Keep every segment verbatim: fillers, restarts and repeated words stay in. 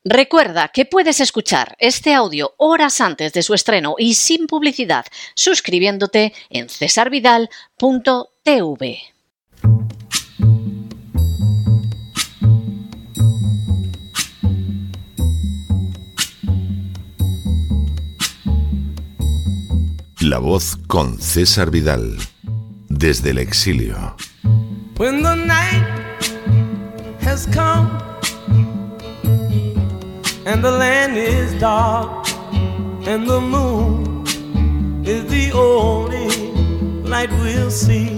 Recuerda que puedes escuchar este audio horas antes de su estreno y sin publicidad suscribiéndote en cesar vidal punto t v. La Voz con César Vidal, desde el exilio. When the night has come and the land is dark and the moon is the only light we'll see.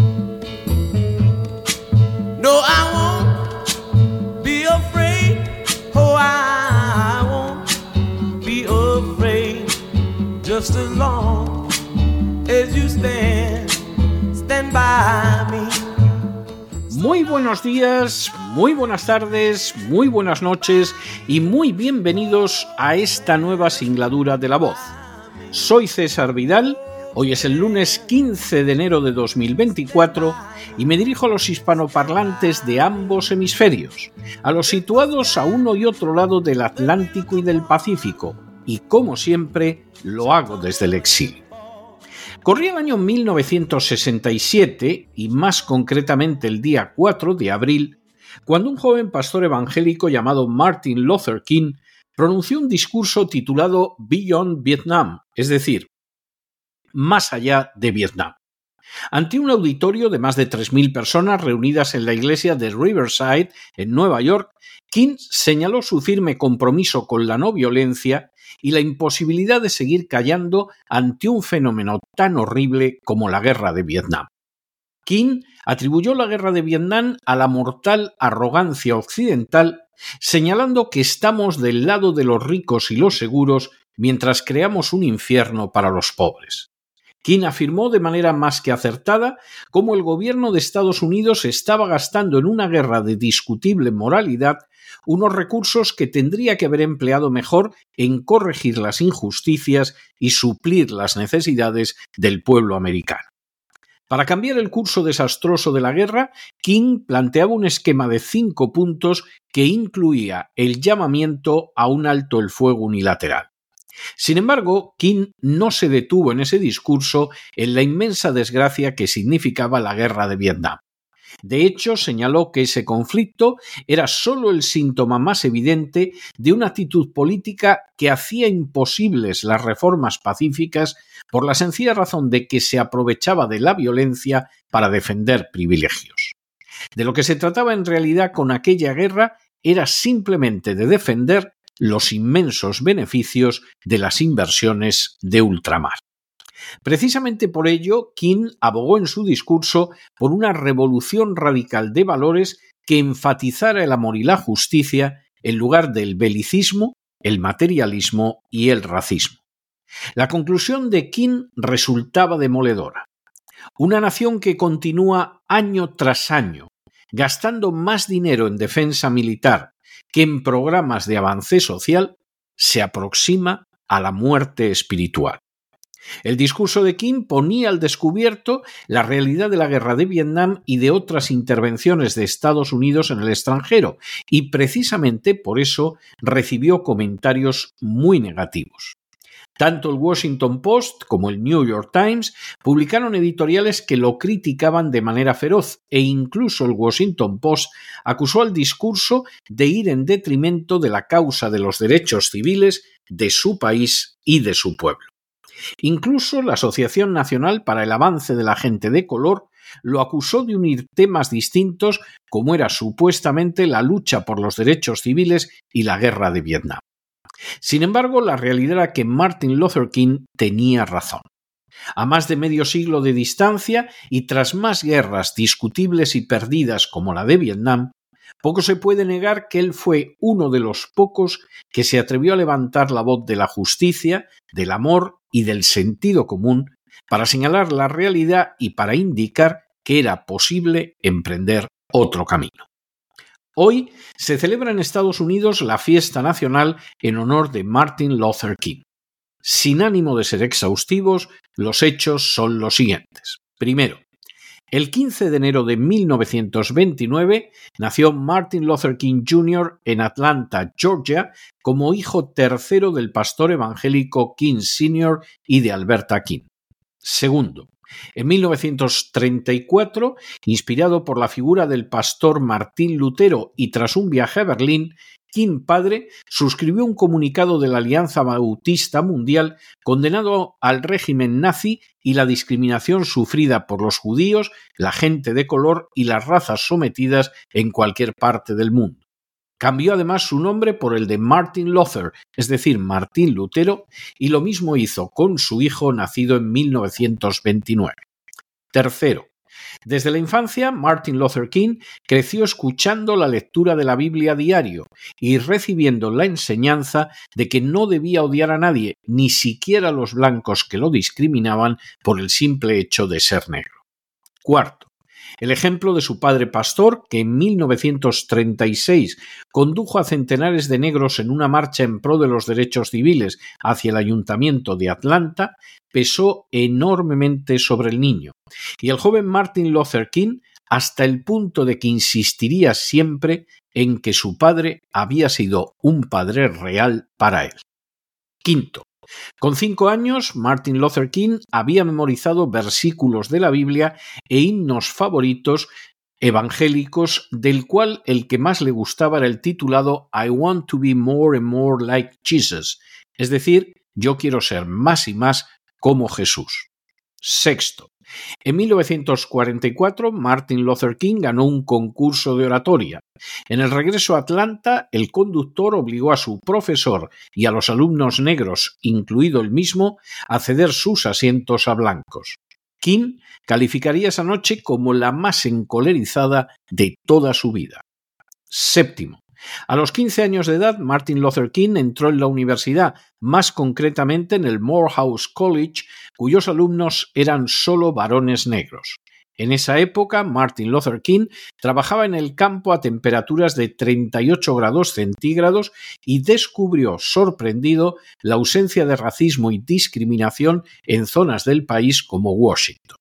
No, I won't be afraid. Oh, I won't be afraid. Just as long as you stand, stand by me. Muy buenos días, muy buenas tardes, muy buenas noches y muy bienvenidos a esta nueva singladura de La Voz. Soy César Vidal, hoy es el lunes quince de enero de dos mil veinticuatro y me dirijo a los hispanoparlantes de ambos hemisferios, a los situados a uno y otro lado del Atlántico y del Pacífico, y como siempre lo hago desde el exilio. Corría el año mil novecientos sesenta y siete, y más concretamente el día cuatro de abril, cuando un joven pastor evangélico llamado Martin Luther King pronunció un discurso titulado Beyond Vietnam, es decir, más allá de Vietnam. Ante un auditorio de más de tres mil personas reunidas en la iglesia de Riverside, en Nueva York, King señaló su firme compromiso con la no violencia y la imposibilidad de seguir callando ante un fenómeno tan horrible como la guerra de Vietnam. King atribuyó la guerra de Vietnam a la mortal arrogancia occidental, señalando que estamos del lado de los ricos y los seguros mientras creamos un infierno para los pobres. King afirmó de manera más que acertada cómo el gobierno de Estados Unidos estaba gastando en una guerra de discutible moralidad unos recursos que tendría que haber empleado mejor en corregir las injusticias y suplir las necesidades del pueblo americano. Para cambiar el curso desastroso de la guerra, King planteaba un esquema de cinco puntos que incluía el llamamiento a un alto el fuego unilateral. Sin embargo, King no se detuvo en ese discurso en la inmensa desgracia que significaba la guerra de Vietnam. De hecho, señaló que ese conflicto era solo el síntoma más evidente de una actitud política que hacía imposibles las reformas pacíficas por la sencilla razón de que se aprovechaba de la violencia para defender privilegios. De lo que se trataba en realidad con aquella guerra era simplemente de defender los inmensos beneficios de las inversiones de ultramar. Precisamente por ello, King abogó en su discurso por una revolución radical de valores que enfatizara el amor y la justicia en lugar del belicismo, el materialismo y el racismo. La conclusión de King resultaba demoledora. Una nación que continúa año tras año gastando más dinero en defensa militar que en programas de avance social, se aproxima a la muerte espiritual. El discurso de King ponía al descubierto la realidad de la guerra de Vietnam y de otras intervenciones de Estados Unidos en el extranjero, y precisamente por eso recibió comentarios muy negativos. Tanto el Washington Post como el New York Times publicaron editoriales que lo criticaban de manera feroz, e incluso el Washington Post acusó al discurso de ir en detrimento de la causa de los derechos civiles de su país y de su pueblo. Incluso la Asociación Nacional para el Avance de la Gente de Color lo acusó de unir temas distintos como era supuestamente la lucha por los derechos civiles y la guerra de Vietnam. Sin embargo, la realidad era que Martin Luther King tenía razón. A más de medio siglo de distancia y tras más guerras discutibles y perdidas como la de Vietnam, poco se puede negar que él fue uno de los pocos que se atrevió a levantar la voz de la justicia, del amor y del sentido común para señalar la realidad y para indicar que era posible emprender otro camino. Hoy se celebra en Estados Unidos la fiesta nacional en honor de Martin Luther King. Sin ánimo de ser exhaustivos, los hechos son los siguientes. Primero, El quince de enero de mil novecientos veintinueve nació Martin Luther King junior en Atlanta, Georgia, como hijo tercero del pastor evangélico King senior y de Alberta King. Segundo, en mil novecientos treinta y cuatro, inspirado por la figura del pastor Martín Lutero y tras un viaje a Berlín, King padre suscribió un comunicado de la Alianza Bautista Mundial condenando al régimen nazi y la discriminación sufrida por los judíos, la gente de color y las razas sometidas en cualquier parte del mundo. Cambió además su nombre por el de Martin Luther, es decir, Martín Lutero, y lo mismo hizo con su hijo nacido en mil novecientos veintinueve. Tercero, desde la infancia, Martin Luther King creció escuchando la lectura de la Biblia a diario y recibiendo la enseñanza de que no debía odiar a nadie, ni siquiera a los blancos que lo discriminaban por el simple hecho de ser negro. Cuarto, el ejemplo de su padre pastor, que en mil novecientos treinta y seis condujo a centenares de negros en una marcha en pro de los derechos civiles hacia el ayuntamiento de Atlanta, pesó enormemente sobre el niño, y el joven Martin Luther King hasta el punto de que insistiría siempre en que su padre había sido un padre real para él. Quinto, con cinco años, Martin Luther King había memorizado versículos de la Biblia e himnos favoritos evangélicos, del cual el que más le gustaba era el titulado I want to be more and more like Jesus, es decir, yo quiero ser más y más como Jesús. Sexto, en mil novecientos cuarenta y cuatro, Martin Luther King ganó un concurso de oratoria. En el regreso a Atlanta, el conductor obligó a su profesor y a los alumnos negros, incluido el mismo, a ceder sus asientos a blancos. King calificaría esa noche como la más encolerizada de toda su vida. Séptimo, a los quince años de edad, Martin Luther King entró en la universidad, más concretamente en el Morehouse College, cuyos alumnos eran solo varones negros. En esa época, Martin Luther King trabajaba en el campo a temperaturas de treinta y ocho grados centígrados y descubrió, sorprendido, la ausencia de racismo y discriminación en zonas del país como Washington.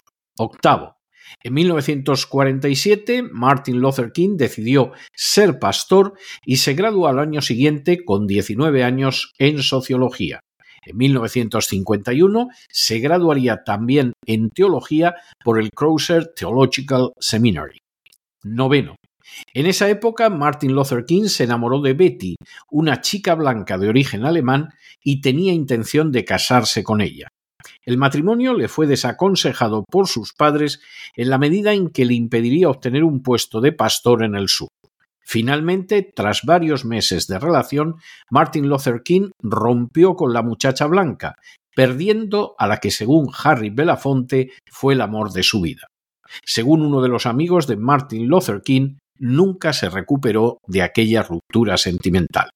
Octavo, en mil novecientos cuarenta y siete, Martin Luther King decidió ser pastor y se graduó al año siguiente con diecinueve años en sociología. En mil novecientos cincuenta y uno se graduaría también en teología por el Crozer Theological Seminary. Noveno. En esa época, Martin Luther King se enamoró de Betty, una chica blanca de origen alemán, y tenía intención de casarse con ella. El matrimonio le fue desaconsejado por sus padres en la medida en que le impediría obtener un puesto de pastor en el sur. Finalmente, tras varios meses de relación, Martin Luther King rompió con la muchacha blanca, perdiendo a la que, según Harry Belafonte, fue el amor de su vida. Según uno de los amigos de Martin Luther King, nunca se recuperó de aquella ruptura sentimental.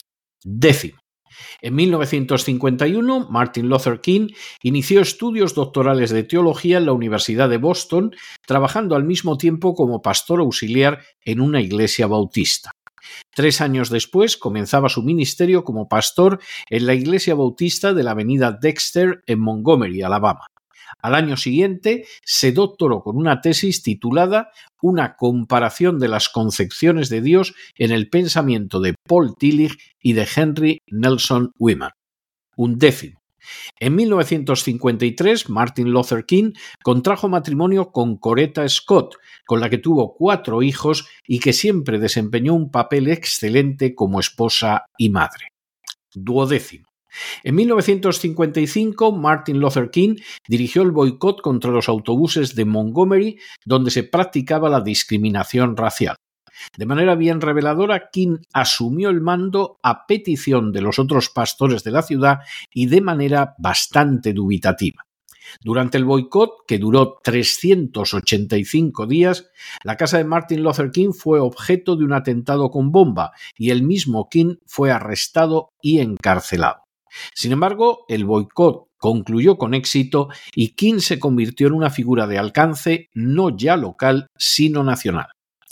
Décimo. En mil novecientos cincuenta y uno, Martin Luther King inició estudios doctorales de teología en la Universidad de Boston, trabajando al mismo tiempo como pastor auxiliar en una iglesia bautista. Tres años después comenzaba su ministerio como pastor en la iglesia bautista de la avenida Dexter en Montgomery, Alabama. Al año siguiente se doctoró con una tesis titulada Una comparación de las concepciones de Dios en el pensamiento de Paul Tillich y de Henry Nelson Weimar. Undécimo. En mil novecientos cincuenta y tres, Martin Luther King contrajo matrimonio con Coretta Scott, con la que tuvo cuatro hijos y que siempre desempeñó un papel excelente como esposa y madre. Duodécimo. En mil novecientos cincuenta y cinco, Martin Luther King dirigió el boicot contra los autobuses de Montgomery, donde se practicaba la discriminación racial. De manera bien reveladora, King asumió el mando a petición de los otros pastores de la ciudad y de manera bastante dubitativa. Durante el boicot, que duró trescientos ochenta y cinco días, la casa de Martin Luther King fue objeto de un atentado con bomba y el mismo King fue arrestado y encarcelado. Sin embargo, el boicot concluyó con éxito y King se convirtió en una figura de alcance no ya local, sino nacional.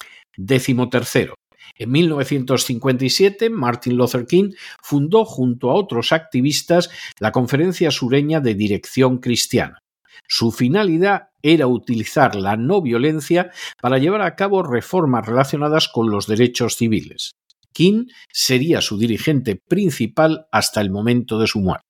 Décimo tercero. En mil novecientos cincuenta y siete, Martin Luther King fundó junto a otros activistas la Conferencia Sureña de Dirección Cristiana. Su finalidad era utilizar la no violencia para llevar a cabo reformas relacionadas con los derechos civiles. King sería su dirigente principal hasta el momento de su muerte.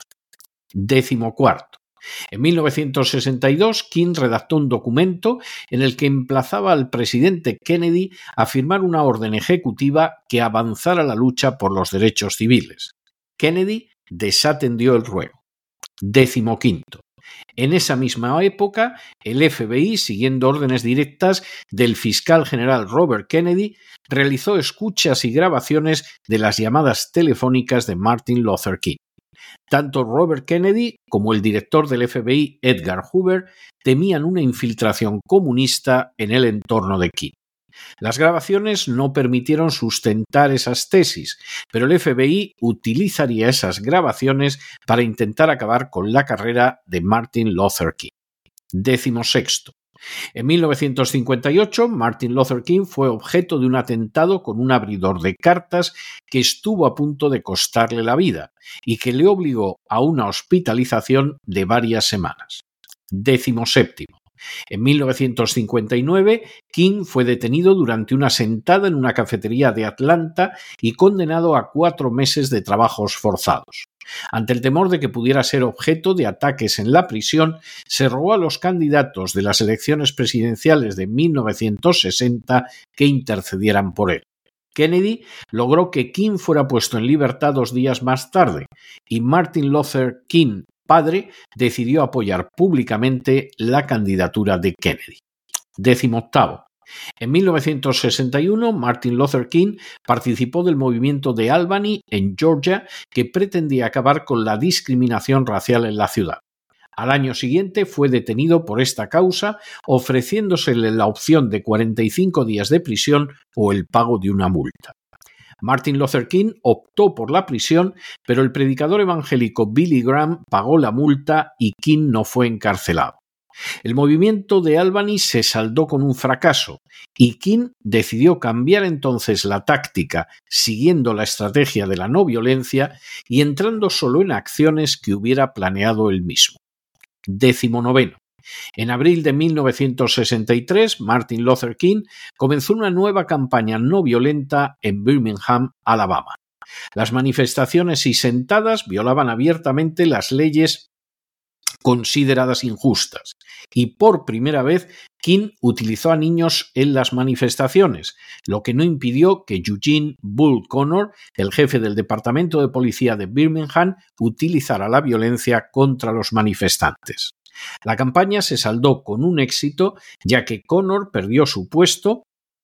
Décimo cuarto. En mil novecientos sesenta y dos, King redactó un documento en el que emplazaba al presidente Kennedy a firmar una orden ejecutiva que avanzara la lucha por los derechos civiles. Kennedy desatendió el ruego. Décimo quinto. En esa misma época, el F B I, siguiendo órdenes directas del fiscal general Robert Kennedy, realizó escuchas y grabaciones de las llamadas telefónicas de Martin Luther King. Tanto Robert Kennedy como el director del F B I, Edgar Hoover, temían una infiltración comunista en el entorno de King. Las grabaciones no permitieron sustentar esas tesis, pero el F B I utilizaría esas grabaciones para intentar acabar con la carrera de Martin Luther King. Décimo sexto. En mil novecientos cincuenta y ocho, Martin Luther King fue objeto de un atentado con un abridor de cartas que estuvo a punto de costarle la vida y que le obligó a una hospitalización de varias semanas. Décimo séptimo. En mil novecientos cincuenta y nueve, King fue detenido durante una sentada en una cafetería de Atlanta y condenado a cuatro meses de trabajos forzados. Ante el temor de que pudiera ser objeto de ataques en la prisión, se rogó a los candidatos de las elecciones presidenciales de mil novecientos sesenta que intercedieran por él. Kennedy logró que King fuera puesto en libertad dos días más tarde y Martin Luther King, padre, decidió apoyar públicamente la candidatura de Kennedy. Décimo octavo. En mil novecientos sesenta y uno, Martin Luther King participó del movimiento de Albany, en Georgia, que pretendía acabar con la discriminación racial en la ciudad. Al año siguiente fue detenido por esta causa, ofreciéndosele la opción de cuarenta y cinco días de prisión o el pago de una multa. Martin Luther King optó por la prisión, pero el predicador evangélico Billy Graham pagó la multa y King no fue encarcelado. El movimiento de Albany se saldó con un fracaso y King decidió cambiar entonces la táctica siguiendo la estrategia de la no violencia y entrando solo en acciones que hubiera planeado él mismo. Décimo noveno. En abril de mil novecientos sesenta y tres, Martin Luther King comenzó una nueva campaña no violenta en Birmingham, Alabama. Las manifestaciones y sentadas violaban abiertamente las leyes consideradas injustas, y por primera vez King utilizó a niños en las manifestaciones, lo que no impidió que Eugene Bull Connor, el jefe del Departamento de Policía de Birmingham, utilizara la violencia contra los manifestantes. La campaña se saldó con un éxito, ya que Connor perdió su puesto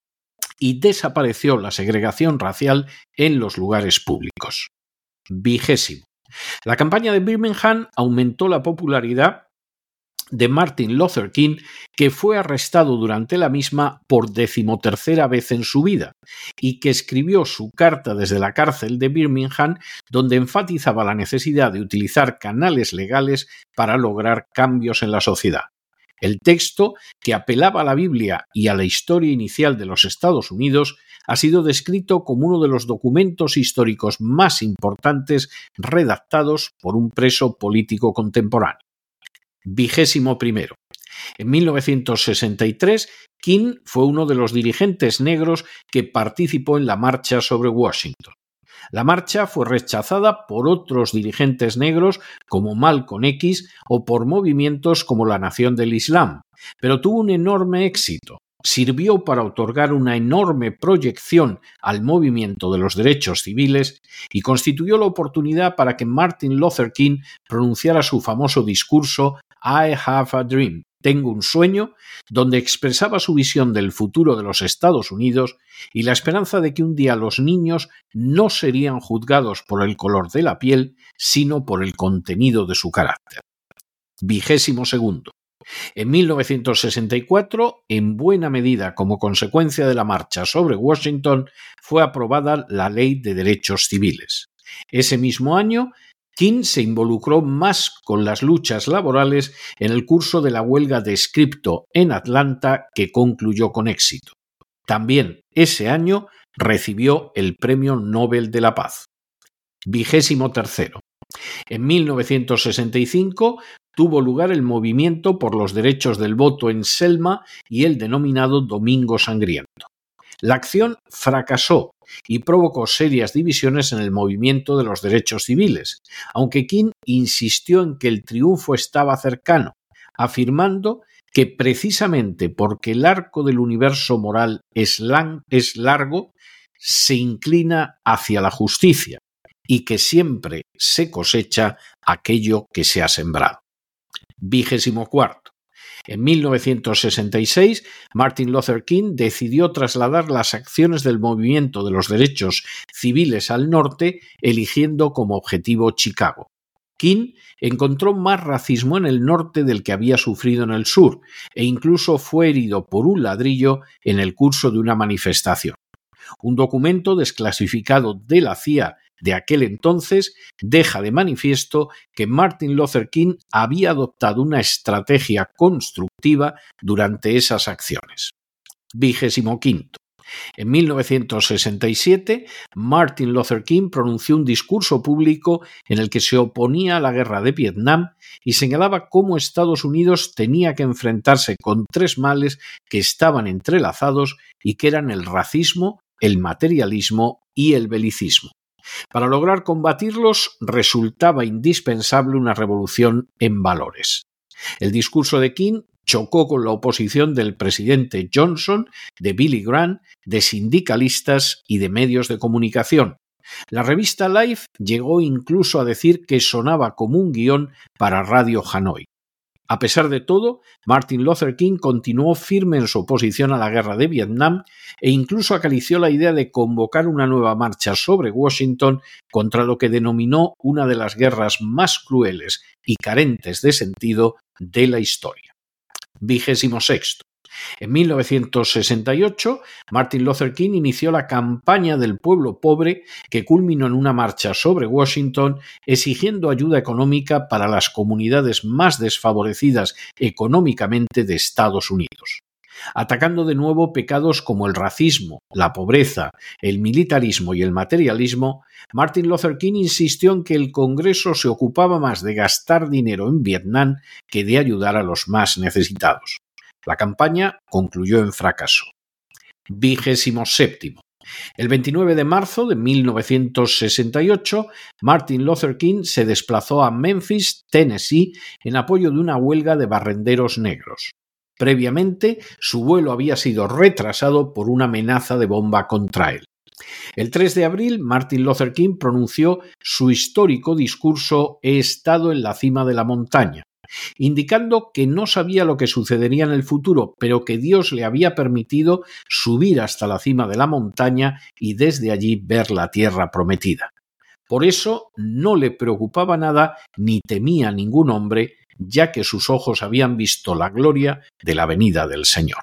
y desapareció la segregación racial en los lugares públicos. Vigésimo. La campaña de Birmingham aumentó la popularidad de Martin Luther King, que fue arrestado durante la misma por decimotercera vez en su vida y que escribió su carta desde la cárcel de Birmingham, donde enfatizaba la necesidad de utilizar canales legales para lograr cambios en la sociedad. El texto, que apelaba a la Biblia y a la historia inicial de los Estados Unidos, ha sido descrito como uno de los documentos históricos más importantes redactados por un preso político contemporáneo. Vigésimo primero. En mil novecientos sesenta y tres, King fue uno de los dirigentes negros que participó en la marcha sobre Washington. La marcha fue rechazada por otros dirigentes negros como Malcolm X o por movimientos como la Nación del Islam, pero tuvo un enorme éxito. Sirvió para otorgar una enorme proyección al movimiento de los derechos civiles y constituyó la oportunidad para que Martin Luther King pronunciara su famoso discurso I Have a Dream, Tengo un sueño, donde expresaba su visión del futuro de los Estados Unidos y la esperanza de que un día los niños no serían juzgados por el color de la piel, sino por el contenido de su carácter. Vigésimo segundo. En mil novecientos sesenta y cuatro, en buena medida como consecuencia de la marcha sobre Washington, fue aprobada la Ley de Derechos Civiles. Ese mismo año, King se involucró más con las luchas laborales en el curso de la huelga de Scripto en Atlanta, que concluyó con éxito. También ese año recibió el Premio Nobel de la Paz. Vigésimo tercero. En mil novecientos sesenta y cinco, tuvo lugar el movimiento por los derechos del voto en Selma y el denominado Domingo Sangriento. La acción fracasó y provocó serias divisiones en el movimiento de los derechos civiles, aunque King insistió en que el triunfo estaba cercano, afirmando que precisamente porque el arco del universo moral es, es largo, se inclina hacia la justicia y que siempre se cosecha aquello que se ha sembrado. Vigésimo cuarto. En mil novecientos sesenta y seis, Martin Luther King decidió trasladar las acciones del movimiento de los derechos civiles al norte, eligiendo como objetivo Chicago. King encontró más racismo en el norte del que había sufrido en el sur, e incluso fue herido por un ladrillo en el curso de una manifestación. Un documento desclasificado de la C I A de aquel entonces deja de manifiesto que Martin Luther King había adoptado una estrategia constructiva durante esas acciones. Vigésimo quinto. En mil novecientos sesenta y siete, Martin Luther King pronunció un discurso público en el que se oponía a la guerra de Vietnam y señalaba cómo Estados Unidos tenía que enfrentarse con tres males que estaban entrelazados y que eran el racismo, el materialismo y el belicismo. Para lograr combatirlos resultaba indispensable una revolución en valores. El discurso de King chocó con la oposición del presidente Johnson, de Billy Graham, de sindicalistas y de medios de comunicación. La revista Life llegó incluso a decir que sonaba como un guión para Radio Hanoi. A pesar de todo, Martin Luther King continuó firme en su oposición a la guerra de Vietnam e incluso acarició la idea de convocar una nueva marcha sobre Washington contra lo que denominó una de las guerras más crueles y carentes de sentido de la historia. Vigésimo sexto. En mil novecientos sesenta y ocho, Martin Luther King inició la campaña del pueblo pobre que culminó en una marcha sobre Washington exigiendo ayuda económica para las comunidades más desfavorecidas económicamente de Estados Unidos. Atacando de nuevo pecados como el racismo, la pobreza, el militarismo y el materialismo, Martin Luther King insistió en que el Congreso se ocupaba más de gastar dinero en Vietnam que de ayudar a los más necesitados. La campaña concluyó en fracaso. Vigésimo séptimo. El veintinueve de marzo de mil novecientos sesenta y ocho, Martin Luther King se desplazó a Memphis, Tennessee, en apoyo de una huelga de barrenderos negros. Previamente, su vuelo había sido retrasado por una amenaza de bomba contra él. El tres de abril, Martin Luther King pronunció su histórico discurso «He estado en la cima de la montaña», indicando que no sabía lo que sucedería en el futuro, pero que Dios le había permitido subir hasta la cima de la montaña y desde allí ver la tierra prometida. Por eso no le preocupaba nada ni temía ningún hombre, ya que sus ojos habían visto la gloria de la venida del Señor.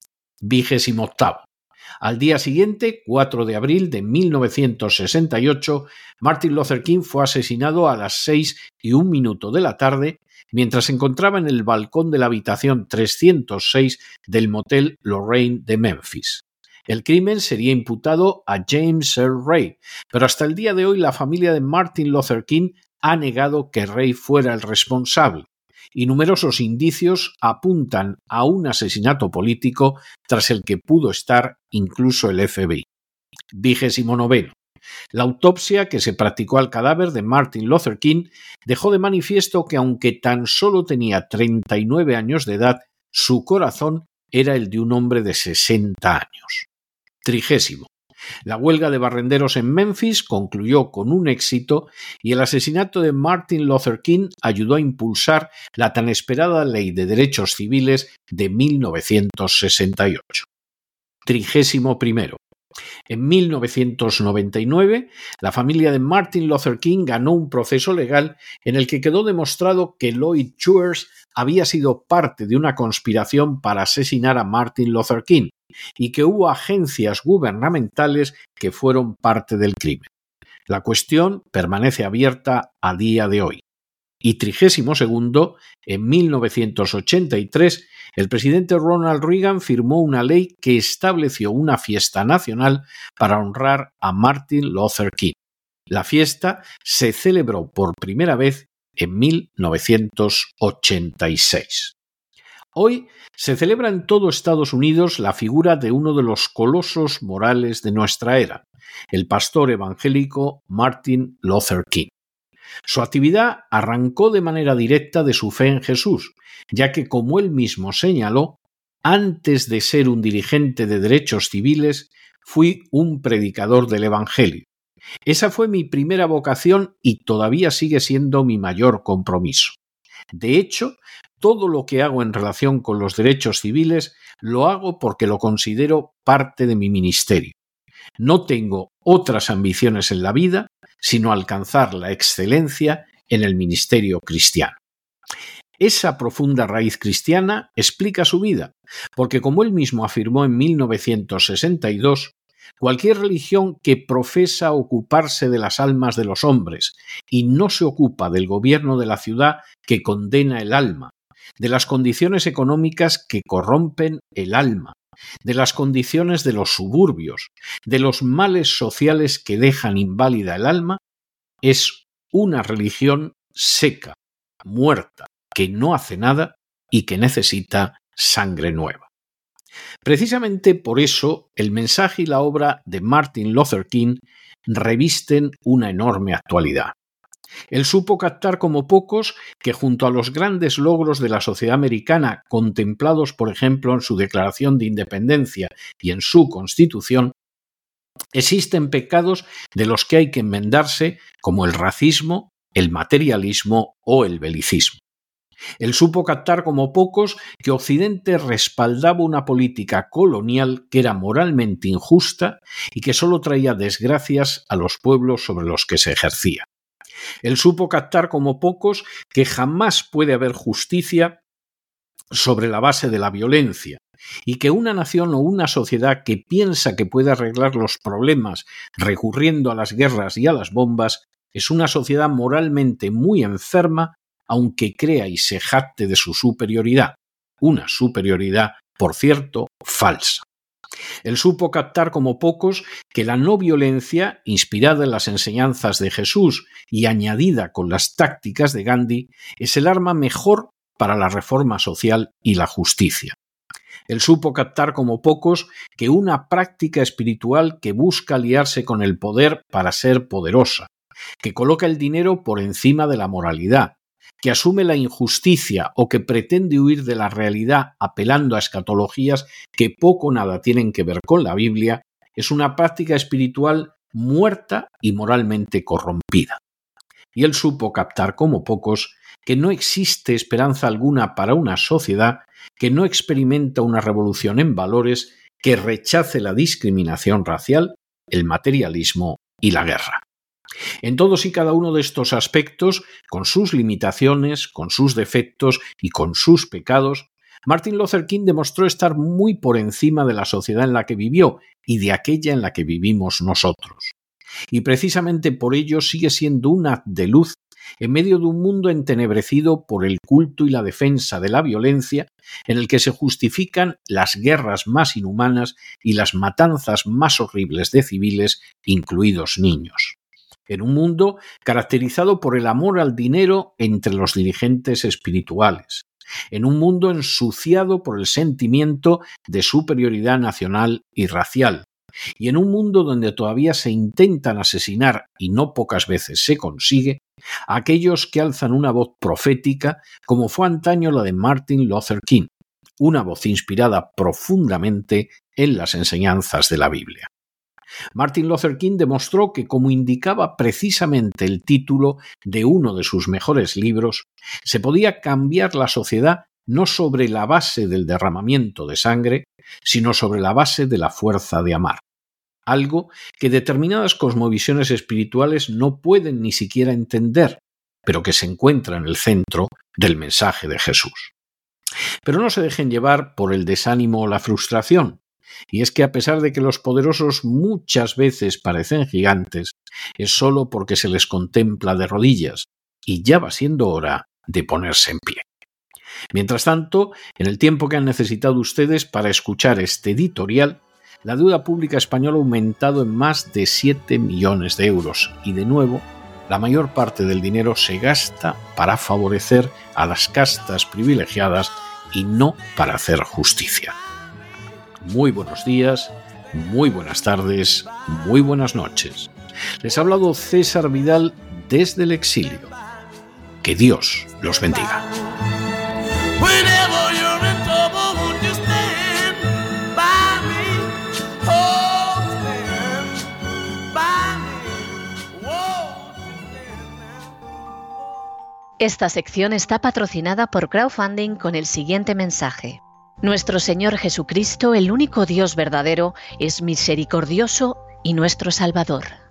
Vigésimo octavo. Al día siguiente, cuatro de abril de mil novecientos sesenta y ocho, Martin Luther King fue asesinado a las seis y un minuto de la tarde mientras se encontraba en el balcón de la habitación trescientos seis del motel Lorraine de Memphis. El crimen sería imputado a James Earl Ray, pero hasta el día de hoy la familia de Martin Luther King ha negado que Ray fuera el responsable, y numerosos indicios apuntan a un asesinato político tras el que pudo estar incluso el F B I. Vigésimo noveno. La autopsia que se practicó al cadáver de Martin Luther King dejó de manifiesto que aunque tan solo tenía treinta y nueve años de edad, su corazón era el de un hombre de sesenta años. Trigésimo. La huelga de barrenderos en Memphis concluyó con un éxito y el asesinato de Martin Luther King ayudó a impulsar la tan esperada Ley de Derechos Civiles de mil novecientos sesenta y ocho. Trigésimo primero. En mil novecientos noventa y nueve, la familia de Martin Luther King ganó un proceso legal en el que quedó demostrado que Lloyd George había sido parte de una conspiración para asesinar a Martin Luther King y que hubo agencias gubernamentales que fueron parte del crimen. La cuestión permanece abierta a día de hoy. Y trigésimo segundo, en mil novecientos ochenta y tres, el presidente Ronald Reagan firmó una ley que estableció una fiesta nacional para honrar a Martin Luther King. La fiesta se celebró por primera vez en mil novecientos ochenta y seis. Hoy se celebra en todo Estados Unidos la figura de uno de los colosos morales de nuestra era, el pastor evangélico Martin Luther King. Su actividad arrancó de manera directa de su fe en Jesús, ya que, como él mismo señaló, antes de ser un dirigente de derechos civiles, fui un predicador del Evangelio. Esa fue mi primera vocación y todavía sigue siendo mi mayor compromiso. De hecho, todo lo que hago en relación con los derechos civiles lo hago porque lo considero parte de mi ministerio. No tengo otras ambiciones en la vida sino alcanzar la excelencia en el ministerio cristiano. Esa profunda raíz cristiana explica su vida, porque como él mismo afirmó en mil novecientos sesenta y dos, cualquier religión que profesa ocuparse de las almas de los hombres y no se ocupa del gobierno de la ciudad que condena el alma, de las condiciones económicas que corrompen el alma, de las condiciones de los suburbios, de los males sociales que dejan inválida el alma, es una religión seca, muerta, que no hace nada y que necesita sangre nueva. Precisamente por eso el mensaje y la obra de Martin Luther King revisten una enorme actualidad. Él supo captar como pocos que junto a los grandes logros de la sociedad americana, contemplados por ejemplo en su Declaración de Independencia y en su Constitución, existen pecados de los que hay que enmendarse como el racismo, el materialismo o el belicismo. Él supo captar como pocos que Occidente respaldaba una política colonial que era moralmente injusta y que solo traía desgracias a los pueblos sobre los que se ejercía. Él supo captar como pocos que jamás puede haber justicia sobre la base de la violencia y que una nación o una sociedad que piensa que puede arreglar los problemas recurriendo a las guerras y a las bombas es una sociedad moralmente muy enferma, aunque crea y se jacte de su superioridad, una superioridad, por cierto, falsa. Él supo captar como pocos que la no violencia, inspirada en las enseñanzas de Jesús y añadida con las tácticas de Gandhi, es el arma mejor para la reforma social y la justicia. Él supo captar como pocos que una práctica espiritual que busca aliarse con el poder para ser poderosa, que coloca el dinero por encima de la moralidad, que asume la injusticia o que pretende huir de la realidad apelando a escatologías que poco o nada tienen que ver con la Biblia, es una práctica espiritual muerta y moralmente corrompida. Y él supo captar como pocos que no existe esperanza alguna para una sociedad que no experimenta una revolución en valores que rechace la discriminación racial, el materialismo y la guerra. En todos y cada uno de estos aspectos, con sus limitaciones, con sus defectos y con sus pecados, Martin Luther King demostró estar muy por encima de la sociedad en la que vivió y de aquella en la que vivimos nosotros. Y precisamente por ello sigue siendo un haz de luz en medio de un mundo entenebrecido por el culto y la defensa de la violencia, en el que se justifican las guerras más inhumanas y las matanzas más horribles de civiles, incluidos niños. En un mundo caracterizado por el amor al dinero entre los dirigentes espirituales, en un mundo ensuciado por el sentimiento de superioridad nacional y racial, y en un mundo donde todavía se intentan asesinar, y no pocas veces se consigue, a aquellos que alzan una voz profética como fue antaño la de Martin Luther King, una voz inspirada profundamente en las enseñanzas de la Biblia. Martin Luther King demostró que, como indicaba precisamente el título de uno de sus mejores libros, se podía cambiar la sociedad no sobre la base del derramamiento de sangre, sino sobre la base de la fuerza de amar. Algo que determinadas cosmovisiones espirituales no pueden ni siquiera entender, pero que se encuentra en el centro del mensaje de Jesús. Pero no se dejen llevar por el desánimo o la frustración. Y es que a pesar de que los poderosos muchas veces parecen gigantes, es solo porque se les contempla de rodillas, y ya va siendo hora de ponerse en pie. Mientras tanto, en el tiempo que han necesitado ustedes para escuchar este editorial, la deuda pública española ha aumentado en más de siete millones de euros y, de nuevo, la mayor parte del dinero se gasta para favorecer a las castas privilegiadas y no para hacer justicia. Muy buenos días, muy buenas tardes, muy buenas noches. Les ha hablado César Vidal desde el exilio. Que Dios los bendiga. Esta sección está patrocinada por crowdfunding con el siguiente mensaje. Nuestro Señor Jesucristo, el único Dios verdadero, es misericordioso y nuestro Salvador.